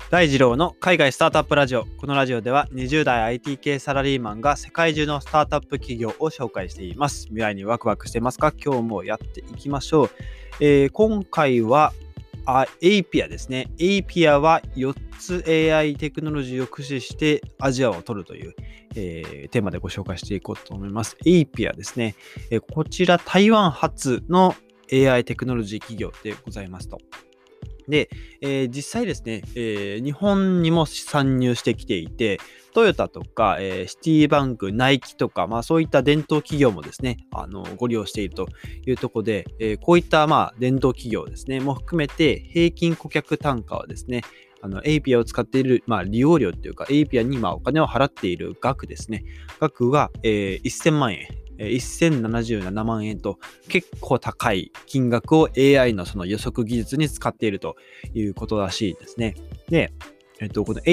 大二郎の海外スタートアップラジオ。このラジオでは20代 IT 系サラリーマンが世界中のスタートアップ企業を紹介しています。未来にワクワクしていますか？今日もやっていきましょう。今回はAPIA ですね。APIA は4つ AI テクノロジーを駆使してアジアを取るという、テーマでご紹介していこうと思います。APIA ですね。こちら台湾発の AI テクノロジー企業でございますと。で、実際ですね、日本にも参入してきていて、トヨタとか、シティバンク、ナイキとか、そういった伝統企業もですね、ご利用しているというところで、こういった伝統企業ですね、も含めて平均顧客単価はですね、APIA を使っている、利用料というか、APIA にお金を払っている額ですね、額が、1000万円。1077万円と結構高い金額を AI のその予測技術に使っているということらしいですね。で、この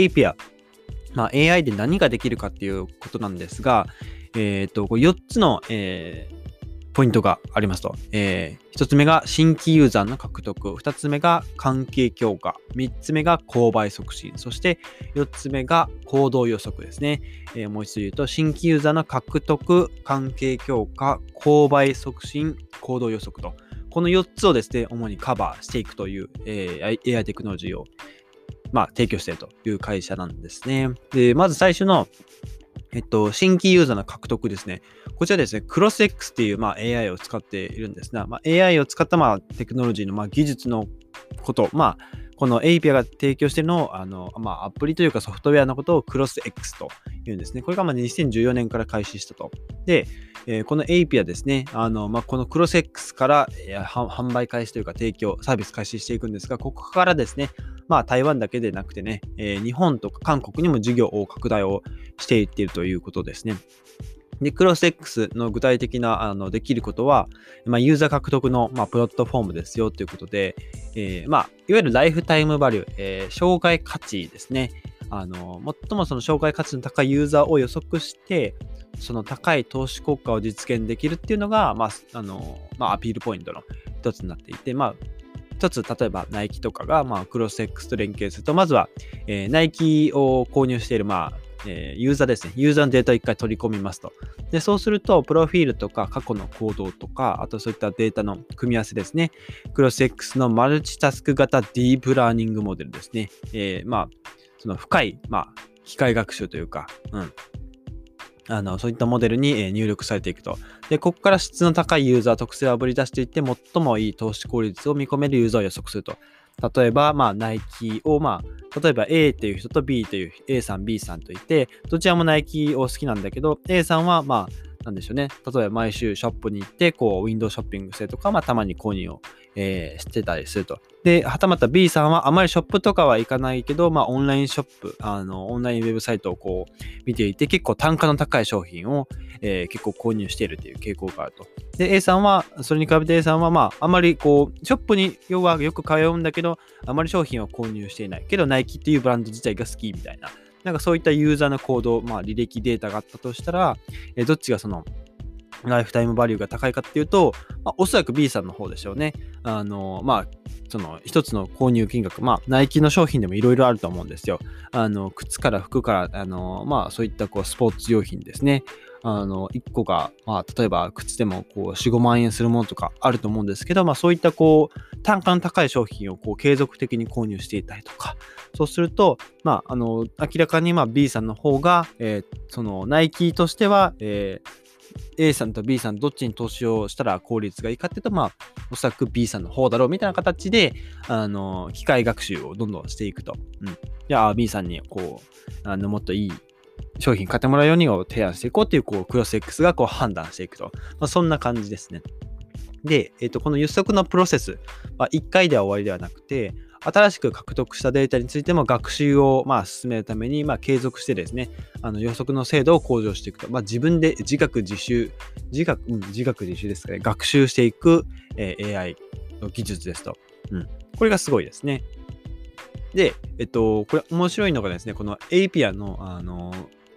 APIA、AI で何ができるかっていうことなんですが、4つの、ポイントがありますと。1つ目が新規ユーザーの獲得、2つ目が関係強化、3つ目が購買促進、そして4つ目が行動予測ですね。もう一度言うと、新規ユーザーの獲得、関係強化、購買促進、行動予測と、この4つをですね、主にカバーしていくという、AI テクノロジーを提供しているという会社なんですね。で、まず最初の新規ユーザーの獲得ですね。こちらですね、CrossX っていう、AI を使っているんですが、AI を使ったテクノロジーの技術のこと、この APIA が提供しているのを、アプリというかソフトウェアのことを CrossX というんですね。これが2014年から開始したと。で、この APIA ですね、この CrossX から販売開始というか提供、サービス開始していくんですが、ここからですね、台湾だけでなくてね、日本とか韓国にも事業を拡大をしていっているということですね。で、CrossX の具体的なできることは、ユーザー獲得の、プラットフォームですよということで、いわゆるライフタイムバリュー、生涯価値ですね。最もその生涯価値の高いユーザーを予測して、その高い投資効果を実現できるっていうのが、アピールポイントの一つになっていて、一つ、例えばナイキとかが、CrossX と連携すると、まずは、ナイキを購入している、ユーザーですね。ユーザーのデータを一回取り込みますと。で、そうすると、プロフィールとか過去の行動とか、あとそういったデータの組み合わせですね。CrossX のマルチタスク型ディープラーニングモデルですね。その深い、機械学習というか、そういったモデルに入力されていくと。で、ここから質の高いユーザー特性をあぶり出していって、最もいい投資効率を見込めるユーザーを予測すると。例えば、ナイキを、例えば A っていう人と B という A さん、B さんといて、どちらもナイキを好きなんだけど、A さんは、なんでしょうね。例えば毎週ショップに行って、ウィンドウショッピングしてとか、たまに購入を、してたりすると。で、はたまた B さんはあまりショップとかは行かないけど、オンラインショップ、オンラインウェブサイトを見ていて、結構単価の高い商品を、結構購入しているという傾向があると。で、A さんは、それに比べて A さんは、あまりショップに要はよく通うんだけど、あまり商品を購入していない。けど、ナイキっていうブランド自体が好きみたいな。そういったユーザーの行動、履歴データがあったとしたら、どっちがその、ライフタイムバリューが高いかっていうと、おそらく B さんの方でしょうね。その一つの購入金額、ナイキの商品でもいろいろあると思うんですよ。靴から服から、そういったスポーツ用品ですね。1個が、例えば靴でも4、5万円するものとかあると思うんですけど、そういった単価の高い商品を継続的に購入していたりとか、そうすると、明らかにB さんの方が、そのナイキとしては、A さんと B さんどっちに投資をしたら効率がいいかっていうと、おそらく B さんの方だろうみたいな形で、機械学習をどんどんしていくと。じゃあ B さんにもっといい商品買ってもらうように提案していこうっていう、CrossX が判断していくと。そんな感じですね。で、この予測のプロセスは1回では終わりではなくて、新しく獲得したデータについても学習を進めるために継続してですね、予測の精度を向上していくと。自分で自学自習ですかね、学習していく、AI の技術ですと。これがすごいですね。で、これ面白いのがですね、この APIA の、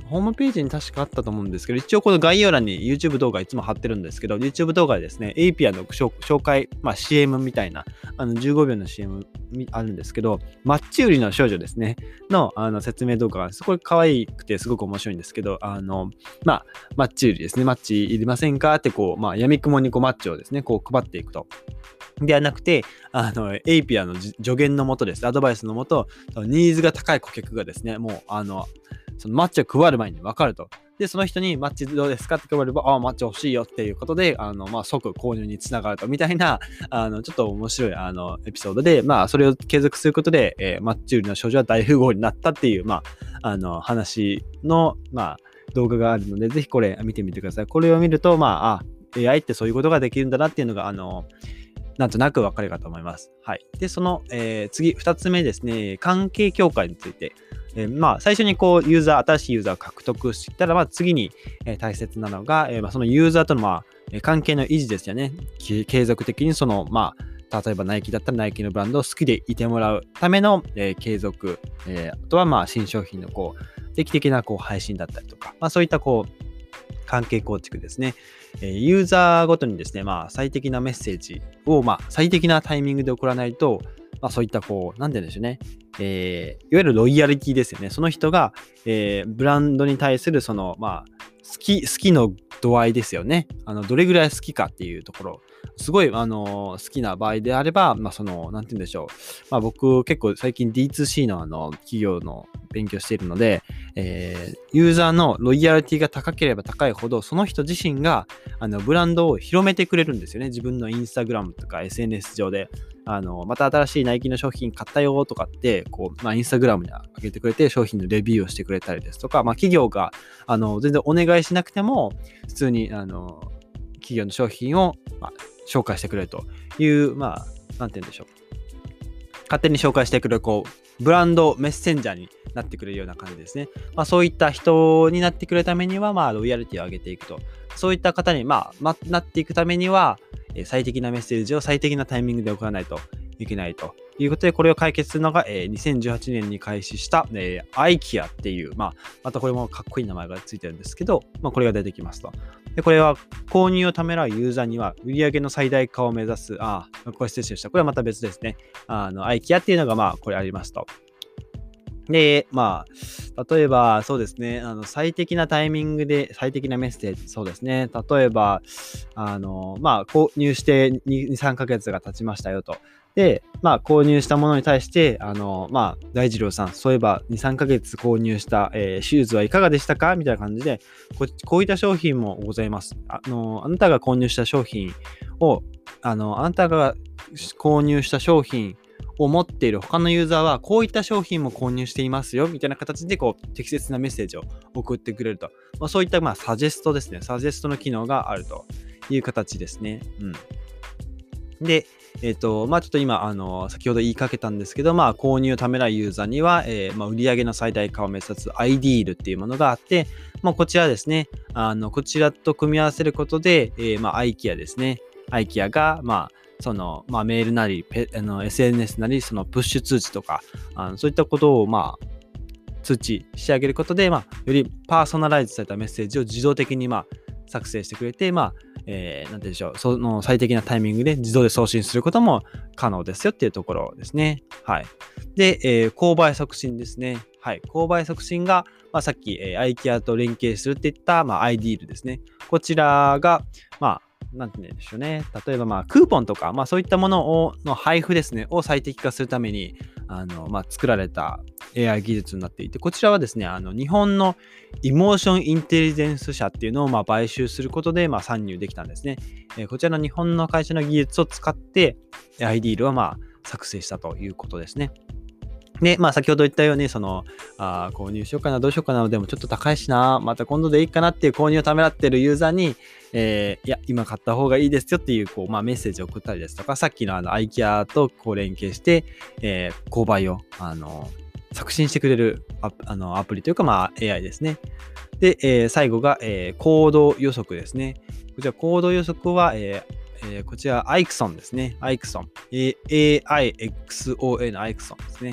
ホームページに確かあったと思うんですけど、一応この概要欄に YouTube 動画いつも貼ってるんですけど、YouTube 動画でですね、エイピアの紹介、CM みたいな、15秒の CM あるんですけど、マッチ売りの少女ですね、の、説明動画があるんです。これ可愛くてすごく面白いんですけど、マッチ売りですね、マッチいりませんかって闇雲にマッチをですね、配っていくと。ではなくて、エイピアの助言のもとです。アドバイスのもと、ニーズが高い顧客がですね、もう、そのマッチを配る前に分かると。で、その人にマッチどうですかって配れば、マッチ欲しいよっていうことで、即購入につながると、みたいな、ちょっと面白い、エピソードで、それを継続することで、マッチ売りの少女は大富豪になったっていう、話の、動画があるので、ぜひこれ見てみてください。これを見ると、AI ってそういうことができるんだなっていうのが、なんとなくわかるかと思います。はい。で、その、次、2つ目ですね、関係強化について。最初に新しいユーザーを獲得したら、次に、大切なのが、そのユーザーとの、関係の維持ですよね。継続的に例えばナイキだったらナイキのブランドを好きでいてもらうための、継続、あとは新商品の定期的な配信だったりとか、そういった関係構築ですね。ユーザーごとにですね、最適なメッセージを、最適なタイミングで送らないと、そういったなんて言うんでしょうね。いわゆるロイヤリティですよね。その人が、ブランドに対する好きの度合いですよね。どれぐらい好きかっていうところ。すごい、好きな場合であれば、なんて言うんでしょう。僕、結構最近 D2C の企業の勉強しているので、ユーザーのロイヤリティが高ければ高いほど、その人自身が、ブランドを広めてくれるんですよね。自分のインスタグラムとか SNS 上で。また新しいナイキの商品買ったよとかって、インスタグラムに上げてくれて、商品のレビューをしてくれたりですとか、企業が、全然お願いしなくても、普通に、企業の商品を、紹介してくれるという、なんて言うんでしょう。勝手に紹介してくれる、ブランドメッセンジャーになってくれるような感じですね。そういった人になってくれるためには、ロイヤリティを上げていくと。そういった方に、なっていくためには、最適なメッセージを最適なタイミングで送らないといけないということで、これを解決するのが、2018年に開始した、IKEA っていう、またこれもかっこいい名前がついてるんですけど、これが出てきますと。で、これは購入をためらうユーザーには売上の最大化を目指す、これ失礼しました。これはまた別ですね。IKEA っていうのが、これありますと。で、例えば、そうですね、最適なタイミングで最適なメッセージ、そうですね、例えば、購入して2、3ヶ月が経ちましたよと。で、購入したものに対して、大二郎さん、そういえば2、3ヶ月購入した、シューズはいかがでしたかみたいな感じで、こういった商品もございます。あなたが購入した商品を、あなたが購入した商品を持っている他のユーザーはこういった商品も購入していますよみたいな形で適切なメッセージを送ってくれると、そういったサジェストですね、サジェストの機能があるという形ですね。で、ちょっと今先ほど言いかけたんですけど、購入をためらうユーザーには、売上の最大化を目指す iDeal っていうものがあって、こちらですね、こちらと組み合わせることで、IKEA ですね、IKEA がメールなり、SNS なり、そのプッシュ通知とか、そういったことを、通知してあげることで、よりパーソナライズされたメッセージを自動的に、作成してくれて、なんて言うんでしょう、その最適なタイミングで自動で送信することも可能ですよっていうところですね。はい。で、購買促進ですね。はい。購買促進が、さっき、IKEA と連携するっていった、iDeal ですね。こちらが、なんて言うんでしょうね。例えば、クーポンとか、そういったものの配布ですね、を最適化するために、作られた AI 技術になっていて、こちらはですね、日本のイモーションインテリジェンス社っていうのを、買収することで、参入できたんですね。こちらの日本の会社の技術を使って、AI ディールを、作成したということですね。で、先ほど言ったように、購入しようかな、どうしようかな、でもちょっと高いしな、また今度でいいかなっていう購入をためらっているユーザーに、いや、今買った方がいいですよっていう、メッセージを送ったりですとか、さっきのIKEA と連携して、購買を、促進してくれるアプリというか、AI ですね。で、最後が、行動予測ですね。こちら、行動予測は、こちら、アイクソンですね。アイクソン。AIXON アイクソンですね。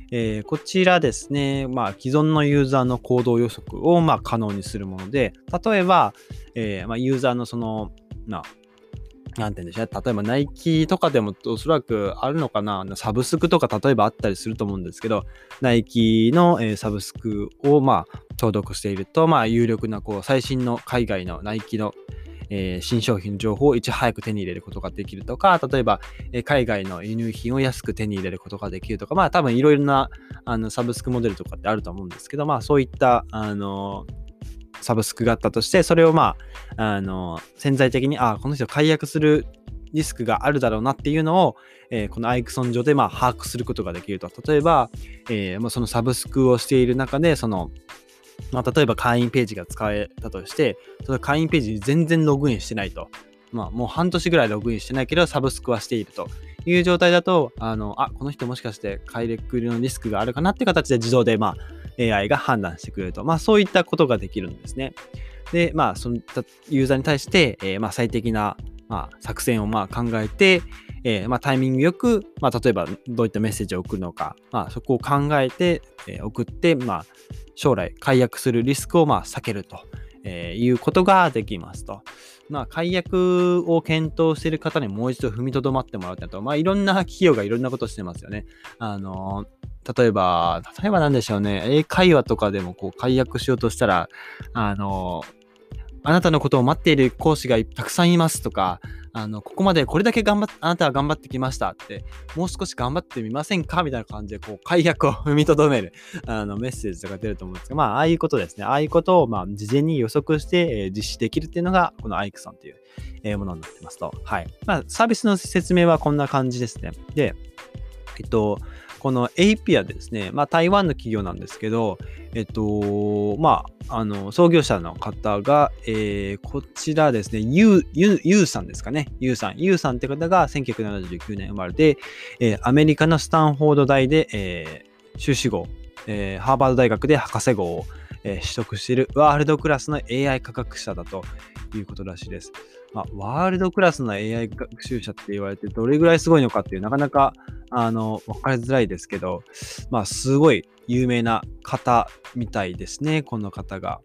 こちらですね、既存のユーザーの行動予測を可能にするもので、例えば、ユーザーのなんて言うんでしょうね。例えばナイキとかでもおそらくあるのかな、サブスクとか例えばあったりすると思うんですけど、ナイキの、サブスクを登録していると、有力な最新の海外のナイキの、新商品の情報をいち早く手に入れることができるとか、例えば、海外の輸入品を安く手に入れることができるとか、多分いろいろなサブスクモデルとかってあると思うんですけど、そういったサブスクがあったとして、それを潜在的にこの人解約するリスクがあるだろうなっていうのを、このアイクソン上で把握することができると。例えば、そのサブスクをしている中で例えば会員ページが使えたとして、その会員ページに全然ログインしてないと。もう半年ぐらいログインしてないけど、サブスクはしているという状態だと、この人もしかして解約のリスクがあるかなって形で自動でAI が判断してくれると。そういったことができるんですね。で、そのユーザーに対して、最適な、作戦を考えて、タイミングよく、例えばどういったメッセージを送るのか、そこを考えて、送って、将来解約するリスクを避けると、いうことができますと。解約を検討している方にもう一度踏みとどまってもらうと、いろんな企業がいろんなことしてますよね。例えば何でしょうね。英会話とかでも解約しようとしたら、あなたのことを待っている講師がたくさんいますとか、ここまでこれだけあなたは頑張ってきましたって、もう少し頑張ってみませんかみたいな感じで、解約を踏みとどめる、メッセージとか出ると思うんですが、ああいうことですね。ああいうことを、事前に予測して、実施できるっていうのが、このアイクソンという、ものになってますと。はい。サービスの説明はこんな感じですね。で、この APIA ですね、台湾の企業なんですけど、創業者の方が、こちらですね、ユーさんですかね。ユーさんって方が1979年生まれで、アメリカのスタンフォード大で、修士号、ハーバード大学で博士号を、取得しているワールドクラスの AI 科学者だということらしいです。ワールドクラスの AI 学習者って言われてどれぐらいすごいのかっていうなかなか分かりづらいですけど、すごい有名な方みたいですね、この方が。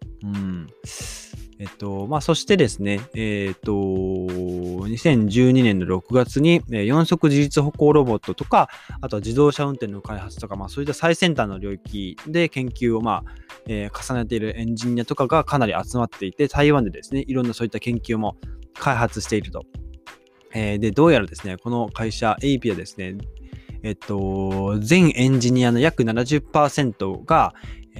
そしてですね、2012年の6月に4速自律歩行ロボットとか、あとは自動車運転の開発とか、そういった最先端の領域で研究を重ねているエンジニアとかがかなり集まっていて、台湾でですね、いろんなそういった研究も開発していると。で、どうやらですね、この会社 APIA ですね、全エンジニアの約 70% が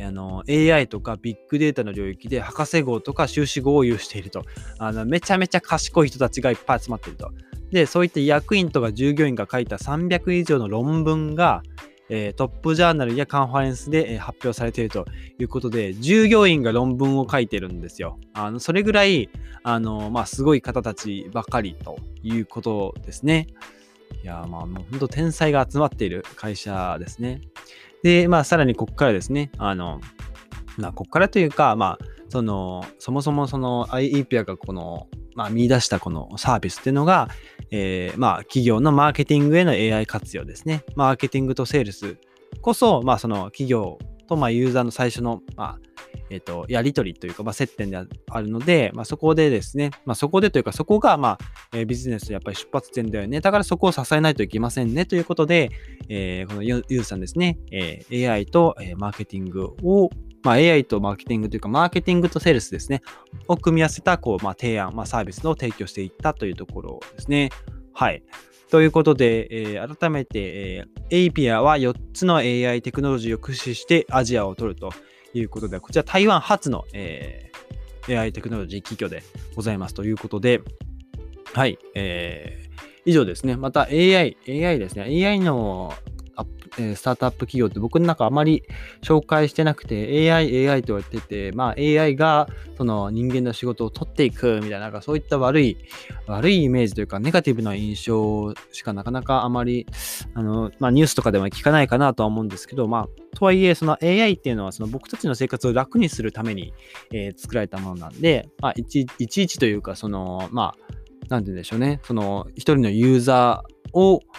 AI とかビッグデータの領域で博士号とか修士号を有していると。めちゃめちゃ賢い人たちがいっぱい集まっていると。で、そういった役員とか従業員が書いた300以上の論文が、トップジャーナルやカンファレンスで、発表されているということで、従業員が論文を書いてるんですよ。それぐらい、すごい方たちばかりということですね。いや、もう本当天才が集まっている会社ですね。で、さらにここからですね、ここからというか、そもそもAPIA が見出したこのサービスっていうのが、企業のマーケティングへの AI 活用ですね。マーケティングとセールスこそ、その企業とユーザーの最初の、やり取りというか、接点であるので、そこでですね、そこでというか、そこが、ビジネスのやっぱり出発点だよね。だからそこを支えないといけませんねということで、このユーさんですね、AI と、マーケティングを、AI とマーケティングというか、マーケティングとセールスですね、を組み合わせた提案、サービスを提供していったというところですね。はい。ということで、改めて、APIA は4つの AI テクノロジーを駆使してアジアを取るということで、こちら台湾初の、AI テクノロジー企業でございますということで、はい、以上ですね。また AI ですね。AI のスタートアップ企業って僕の中あまり紹介してなくて AI と言われてて、AI がその人間の仕事を取っていくみたいな、そういった悪いイメージというかネガティブな印象しかなかなかあまりニュースとかでも聞かないかなとは思うんですけど、とはいえその AI っていうのはその僕たちの生活を楽にするために、作られたものなんで、いちいちというかなんて言うんでしょうね、その一人のユーザーを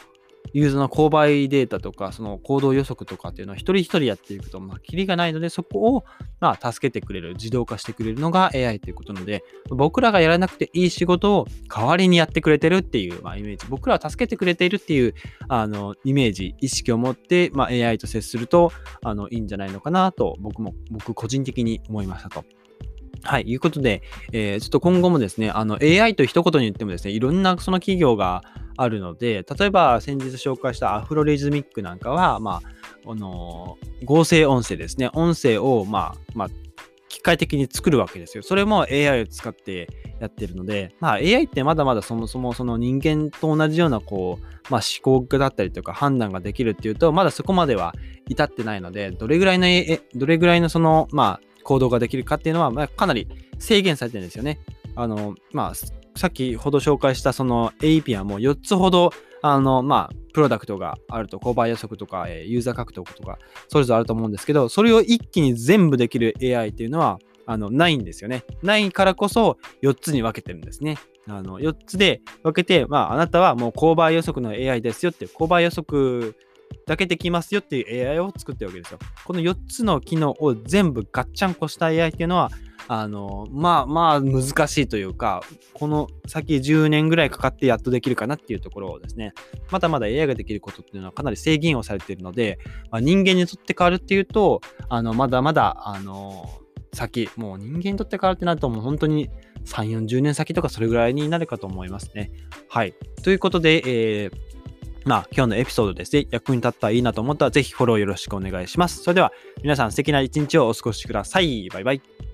ユーザーの購買データとか、その行動予測とかっていうのを一人一人やっていくと、キリがないので、そこを、助けてくれる、自動化してくれるのが AI ということなので、僕らがやらなくていい仕事を代わりにやってくれてるっていう、イメージ、僕らは助けてくれているっていう、イメージ、意識を持って、AI と接すると、いいんじゃないのかなと、僕個人的に思いましたと。はい、いうことで、ちょっと今後もですね、AI と一言に言ってもですね、いろんなその企業があるので、例えば先日紹介したアフロリズミックなんかは、合成音声ですね、音声を、機械的に作るわけですよ。それも AI を使ってやってるので、AI ってまだまだそもそもその人間と同じような思考だったりとか判断ができるっていうと、まだそこまでは至ってないので、どれぐらいのその、行動ができるかっていうのは、かなり制限されてるんですよね。先ほど紹介したその AEP はもう4つほど、プロダクトがあると、購買予測とか、ユーザー獲得とか、それぞれあると思うんですけど、それを一気に全部できる AI っていうのは、ないんですよね。ないからこそ4つに分けてるんですね。4つで分けて、あなたはもう購買予測の AI ですよっていう、購買予測だけできますよっていう AI を作ってるわけですよ。この4つの機能を全部ガッチャンコした AI っていうのは、難しいというか、この先10年ぐらいかかってやっとできるかなっていうところをですね、まだまだ AI ができることっていうのはかなり制限をされているので、人間にとって変わるっていうと、まだまだ、先、もう人間にとって変わるってなるともう本当に3、40年先とかそれぐらいになるかと思いますね。はい。ということで、今日のエピソードですね、役に立ったらいいなと思ったらぜひフォローよろしくお願いします。それでは皆さん素敵な一日をお過ごしください。バイバイ。